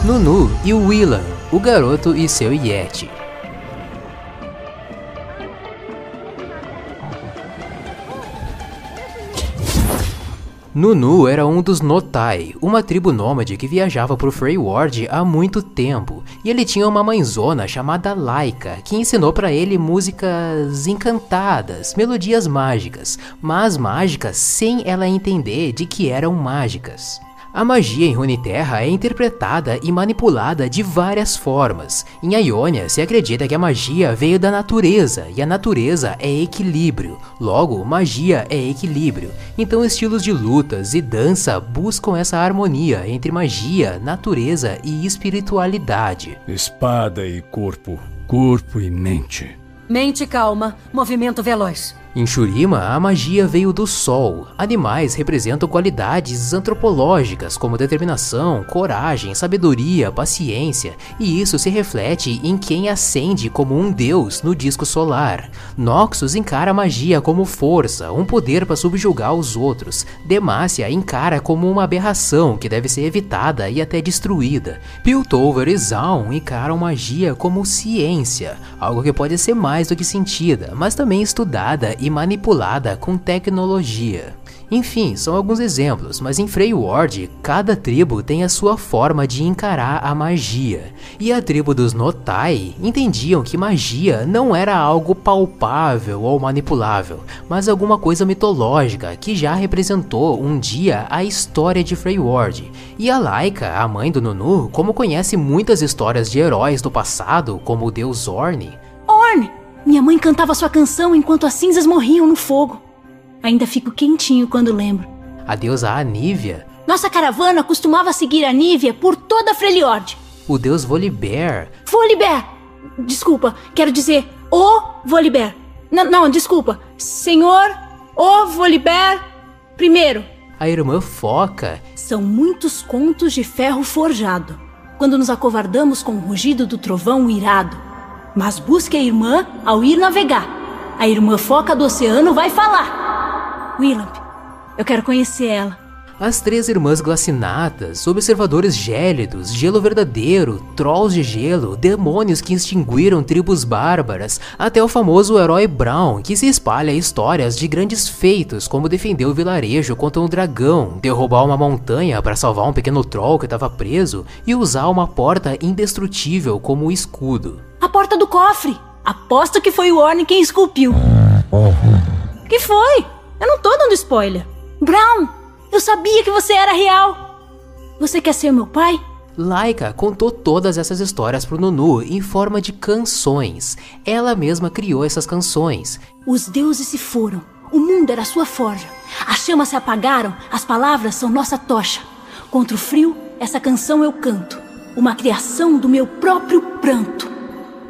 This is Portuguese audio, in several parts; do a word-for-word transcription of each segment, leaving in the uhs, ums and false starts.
Nunu e Willan, o garoto e seu Yeti. Nunu era um dos Notai, uma tribo nômade que viajava por Freyward há muito tempo, e ele tinha uma mãezona chamada Laika, que ensinou para ele músicas encantadas, melodias mágicas, mas mágicas sem ela entender de que eram mágicas. A magia em Runeterra é interpretada e manipulada de várias formas. Em Ionia se acredita que a magia veio da natureza, e a natureza é equilíbrio. Logo, magia é equilíbrio. Então estilos de lutas e dança buscam essa harmonia entre magia, natureza e espiritualidade. Espada e corpo, corpo e mente. Mente calma, movimento veloz. Em Shurima, a magia veio do sol. Animais representam qualidades antropológicas como determinação, coragem, sabedoria, paciência, e isso se reflete em quem ascende como um deus no disco solar. Noxus encara a magia como força, um poder para subjugar os outros. Demacia encara como uma aberração que deve ser evitada e até destruída. Piltover e Zaun encaram magia como ciência, algo que pode ser mais do que sentida, mas também estudada e manipulada com tecnologia. Enfim, são alguns exemplos, mas em Freyward, cada tribo tem a sua forma de encarar a magia. E a tribo dos Notai entendiam que magia não era algo palpável ou manipulável, mas alguma coisa mitológica que já representou um dia a história de Freyward. E a Laika, a mãe do Nunu, como conhece muitas histórias de heróis do passado, como o deus Ornn. Ornn! Minha mãe cantava sua canção enquanto as cinzas morriam no fogo. Ainda fico quentinho quando lembro. A deusa Anivia. Nossa caravana costumava seguir a Anivia por toda a Freljord. O deus Volibear. Volibear! Desculpa, quero dizer o Volibear. N não, desculpa. Senhor, o Volibear primeiro. A irmã Foca. São muitos contos de ferro forjado, quando nos acovardamos com o rugido do trovão irado. Mas busque a irmã ao ir navegar. A irmã Foca do oceano vai falar. Willamp, eu quero conhecer ela. As três irmãs glacinatas, observadores gélidos, gelo verdadeiro, trolls de gelo, demônios que extinguiram tribos bárbaras, até o famoso herói Braum, que se espalha histórias de grandes feitos, como defender o vilarejo contra um dragão, derrubar uma montanha para salvar um pequeno troll que estava preso e usar uma porta indestrutível como escudo. A porta do cofre! Aposto que foi o Ornn quem esculpiu. Que foi? Eu não tô dando spoiler. Braum, eu sabia que você era real. Você quer ser meu pai? Laika contou todas essas histórias pro Nunu em forma de canções. Ela mesma criou essas canções. Os deuses se foram. O mundo era sua forja. As chamas se apagaram. As palavras são nossa tocha. Contra o frio, essa canção eu canto. Uma criação do meu próprio pranto.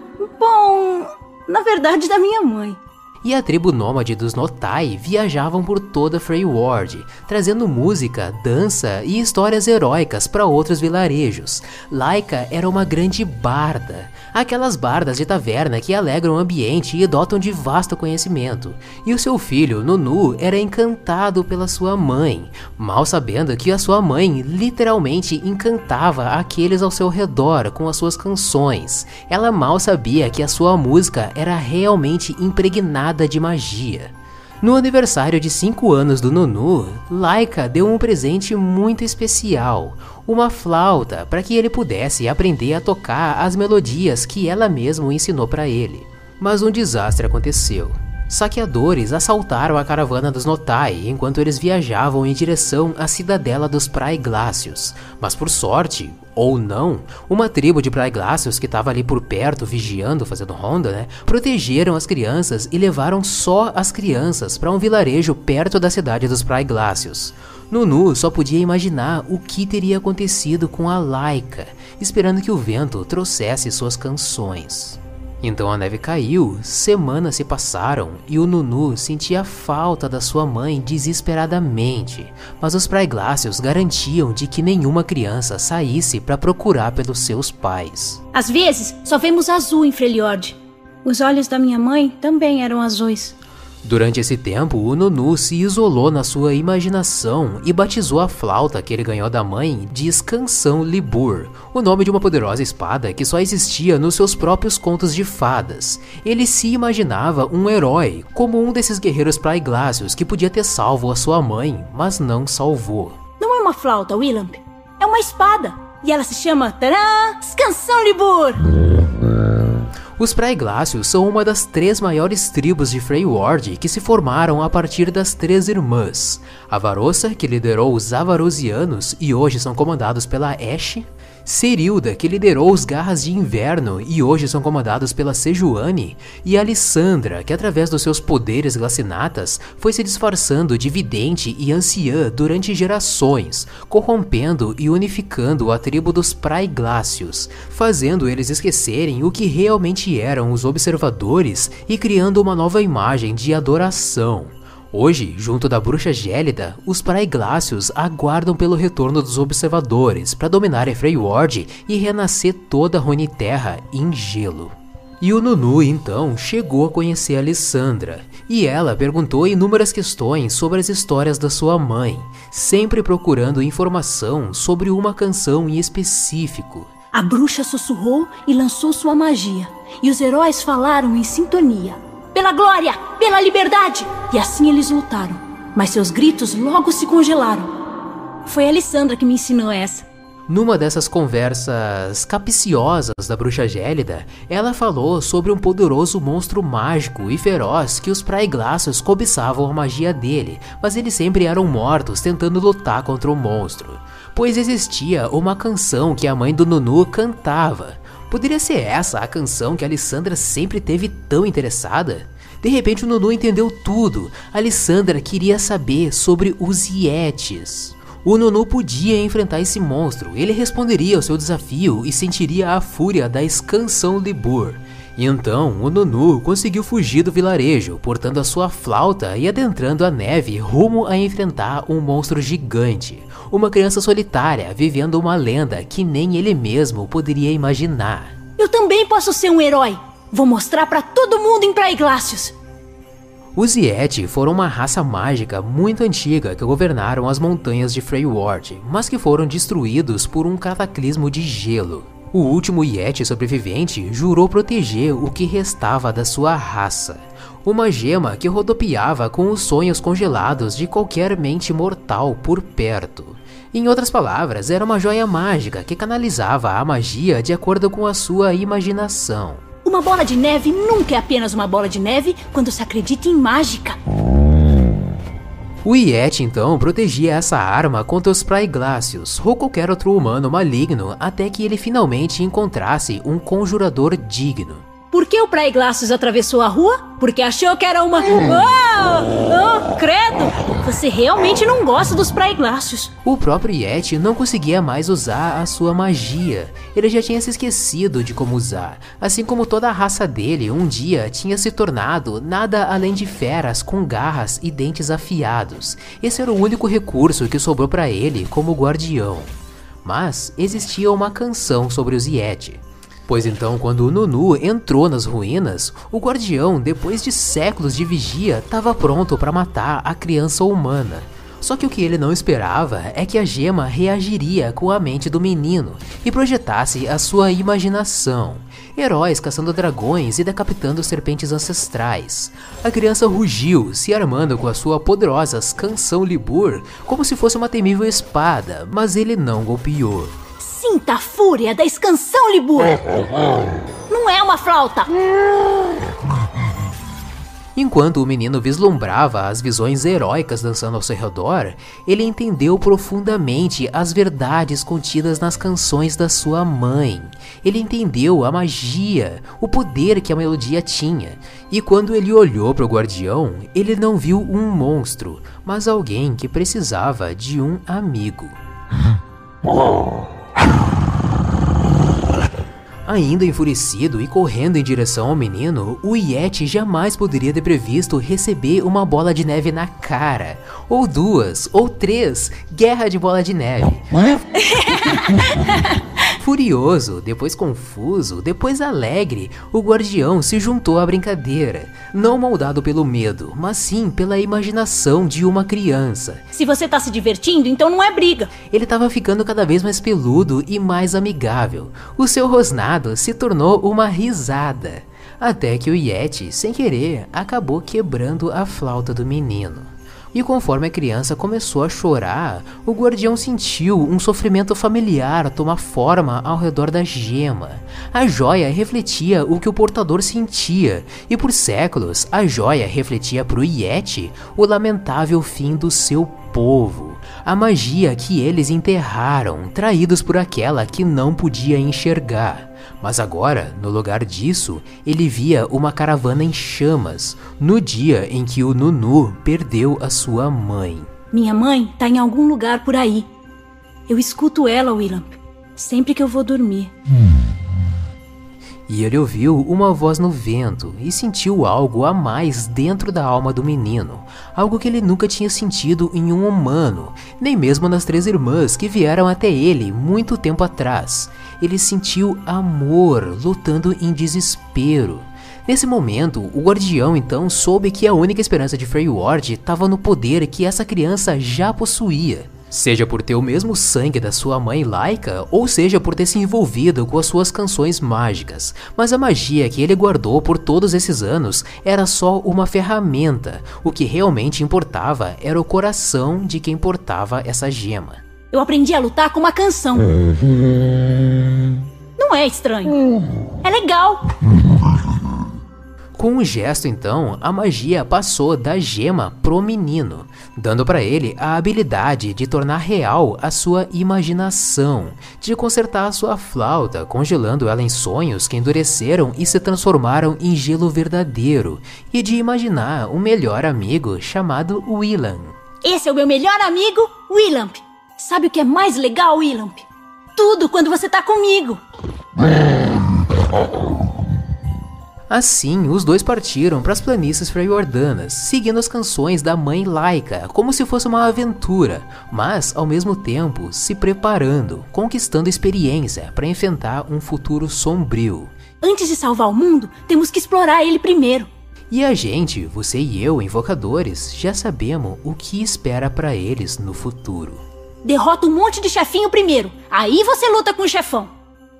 Bom, na verdade da minha mãe. E a tribo nômade dos Notai viajavam por toda Freyward, trazendo música, dança e histórias heróicas para outros vilarejos. Laika era uma grande barda, aquelas bardas de taverna que alegram o ambiente e dotam de vasto conhecimento. E o seu filho, Nunu, era encantado pela sua mãe, mal sabendo que a sua mãe literalmente encantava aqueles ao seu redor com as suas canções. Ela mal sabia que a sua música era realmente impregnada de magia. No aniversário de cinco anos do Nunu, Laika deu um presente muito especial, uma flauta para que ele pudesse aprender a tocar as melodias que ela mesma ensinou para ele. Mas um desastre aconteceu. Saqueadores assaltaram a caravana dos Notai enquanto eles viajavam em direção à cidadela dos Praeglácios, mas por sorte, ou não, uma tribo de Praeglácios que estava ali por perto vigiando, fazendo ronda, né, protegeram as crianças e levaram só as crianças para um vilarejo perto da cidade dos Praeglácios. Nunu só podia imaginar o que teria acontecido com a Laika, esperando que o vento trouxesse suas canções. Então a neve caiu, semanas se passaram e o Nunu sentia falta da sua mãe desesperadamente, mas os Praeglácios garantiam de que nenhuma criança saísse para procurar pelos seus pais. Às vezes, só vemos azul em Freljord. Os olhos da minha mãe também eram azuis. Durante esse tempo, o Nunu se isolou na sua imaginação e batizou a flauta que ele ganhou da mãe de Scansão Libur, o nome de uma poderosa espada que só existia nos seus próprios contos de fadas. Ele se imaginava um herói, como um desses guerreiros praiglácios que podia ter salvo a sua mãe, mas não salvou. Não é uma flauta, Willamp. É uma espada. E ela se chama, tadã, Scansão Libur. Os Praiglácios são uma das três maiores tribos de Freyward que se formaram a partir das Três Irmãs. A Varossa, que liderou os Avarosianos e hoje são comandados pela Ashe. Serilda, que liderou os Garras de Inverno e hoje são comandados pela Sejuani, e Alissandra, que através dos seus poderes glacinatas foi se disfarçando de vidente e anciã durante gerações, corrompendo e unificando a tribo dos Praiglácios, fazendo eles esquecerem o que realmente eram os observadores e criando uma nova imagem de adoração. Hoje, junto da Bruxa Gélida, os Praiglácios aguardam pelo retorno dos observadores para dominar Freyward e renascer toda a Runeterra em gelo. E o Nunu então chegou a conhecer a Alissandra, e ela perguntou inúmeras questões sobre as histórias da sua mãe, sempre procurando informação sobre uma canção em específico. A bruxa sussurrou e lançou sua magia, e os heróis falaram em sintonia. Pela glória, pela liberdade! E assim eles lutaram, mas seus gritos logo se congelaram. Foi a Alissandra que me ensinou essa. Numa dessas conversas capciosas da Bruxa Gélida, ela falou sobre um poderoso monstro mágico e feroz que os Praiglácios cobiçavam a magia dele, mas eles sempre eram mortos tentando lutar contra o monstro. Pois existia uma canção que a mãe do Nunu cantava. Poderia ser essa a canção que a Alissandra sempre teve tão interessada? De repente o Nunu entendeu tudo. A Alissandra queria saber sobre os Yetis. O Nunu podia enfrentar esse monstro, ele responderia ao seu desafio e sentiria a fúria da Scansão Libur. Então o Nunu conseguiu fugir do vilarejo, portando a sua flauta e adentrando a neve rumo a enfrentar um monstro gigante. Uma criança solitária vivendo uma lenda que nem ele mesmo poderia imaginar. Eu também posso ser um herói! Vou mostrar pra todo mundo em Praiglácios! Os Yeti foram uma raça mágica muito antiga que governaram as montanhas de Freyward, mas que foram destruídos por um cataclismo de gelo. O último Yeti sobrevivente jurou proteger o que restava da sua raça. Uma gema que rodopiava com os sonhos congelados de qualquer mente mortal por perto. Em outras palavras, era uma joia mágica que canalizava a magia de acordo com a sua imaginação. Uma bola de neve nunca é apenas uma bola de neve quando se acredita em mágica. O Yeti então protegia essa arma contra os Praiglácios ou qualquer outro humano maligno até que ele finalmente encontrasse um conjurador digno. Por que o Praiglácios atravessou a rua? Porque achou que era uma... Oh, oh, credo! Você realmente não gosta dos Praiglácios. O próprio Yeti não conseguia mais usar a sua magia. Ele já tinha se esquecido de como usar. Assim como toda a raça dele um dia tinha se tornado nada além de feras com garras e dentes afiados. Esse era o único recurso que sobrou para ele como guardião. Mas existia uma canção sobre os Yeti. Pois então, quando o Nunu entrou nas ruínas, o guardião, depois de séculos de vigia, estava pronto para matar a criança humana. Só que o que ele não esperava é que a gema reagiria com a mente do menino e projetasse a sua imaginação. Heróis caçando dragões e decapitando serpentes ancestrais. A criança rugiu, se armando com a sua poderosa Scansão Libur como se fosse uma temível espada, mas ele não golpeou. Sinta a fúria da Scansão Libur! Não é uma flauta! Enquanto o menino vislumbrava as visões heróicas dançando ao seu redor, ele entendeu profundamente as verdades contidas nas canções da sua mãe. Ele entendeu a magia, o poder que a melodia tinha. E quando ele olhou para o guardião, ele não viu um monstro, mas alguém que precisava de um amigo. Ainda enfurecido e correndo em direção ao menino, o Yeti jamais poderia ter previsto receber uma bola de neve na cara. Ou duas, ou três, guerra de bola de neve. Furioso, depois confuso, depois alegre, o guardião se juntou à brincadeira, não moldado pelo medo, mas sim pela imaginação de uma criança. Se você tá se divertindo, então não é briga. Ele estava ficando cada vez mais peludo e mais amigável. O seu rosnado se tornou uma risada, até que o Yeti, sem querer, acabou quebrando a flauta do menino. E conforme a criança começou a chorar, o guardião sentiu um sofrimento familiar tomar forma ao redor da gema. A joia refletia o que o portador sentia, e por séculos a joia refletia para o Yeti o lamentável fim do seu povo, a magia que eles enterraram, traídos por aquela que não podia enxergar. Mas agora, no lugar disso, ele via uma caravana em chamas, no dia em que o Nunu perdeu a sua mãe. Minha mãe tá em algum lugar por aí. Eu escuto ela, Willamp, sempre que eu vou dormir. E ele ouviu uma voz no vento e sentiu algo a mais dentro da alma do menino, algo que ele nunca tinha sentido em um humano, nem mesmo nas três irmãs que vieram até ele muito tempo atrás. Ele sentiu amor lutando em desespero. Nesse momento, o guardião então soube que a única esperança de Freywild estava no poder que essa criança já possuía. Seja por ter o mesmo sangue da sua mãe Laika, ou seja por ter se envolvido com as suas canções mágicas. Mas a magia que ele guardou por todos esses anos era só uma ferramenta. O que realmente importava era o coração de quem portava essa gema. Eu aprendi a lutar com uma canção. Não é estranho. É legal. Com um gesto então, a magia passou da gema pro menino, dando para ele a habilidade de tornar real a sua imaginação, de consertar a sua flauta, congelando ela em sonhos que endureceram e se transformaram em gelo verdadeiro, e de imaginar um melhor amigo chamado Willam. Esse é o meu melhor amigo, Willamp. Sabe o que é mais legal, Willamp? Tudo quando você tá comigo. Assim, os dois partiram para as planícies freywardanas, seguindo as canções da mãe Laika, como se fosse uma aventura, mas ao mesmo tempo se preparando, conquistando experiência para enfrentar um futuro sombrio. Antes de salvar o mundo, temos que explorar ele primeiro. E a gente, você e eu, invocadores, já sabemos o que espera para eles no futuro. Derrota um monte de chefinho primeiro, aí você luta com o chefão.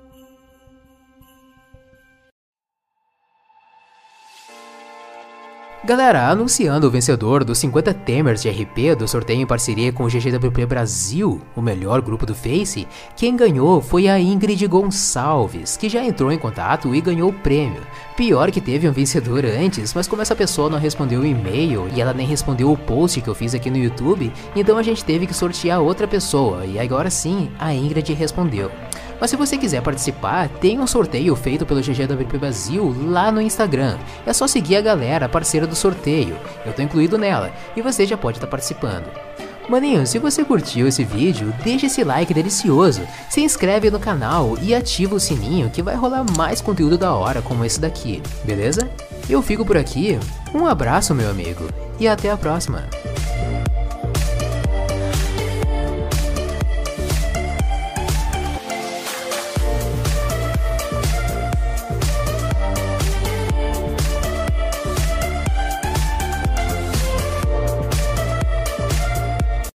Galera, anunciando o vencedor dos cinquenta Tamers de R P do sorteio em parceria com o G G W P Brasil, o melhor grupo do Face, quem ganhou foi a Ingrid Gonçalves, que já entrou em contato e ganhou o prêmio. Pior que teve um vencedor antes, mas como essa pessoa não respondeu o e-mail e ela nem respondeu o post que eu fiz aqui no YouTube, então a gente teve que sortear outra pessoa, e agora sim, a Ingrid respondeu. Mas se você quiser participar, tem um sorteio feito pelo G G W P Brasil lá no Instagram. É só seguir a galera parceira do sorteio, eu tô incluído nela, e você já pode estar participando. Maninho, se você curtiu esse vídeo, deixa esse like delicioso, se inscreve no canal e ativa o sininho que vai rolar mais conteúdo da hora como esse daqui, beleza? Eu fico por aqui, um abraço meu amigo, e até a próxima!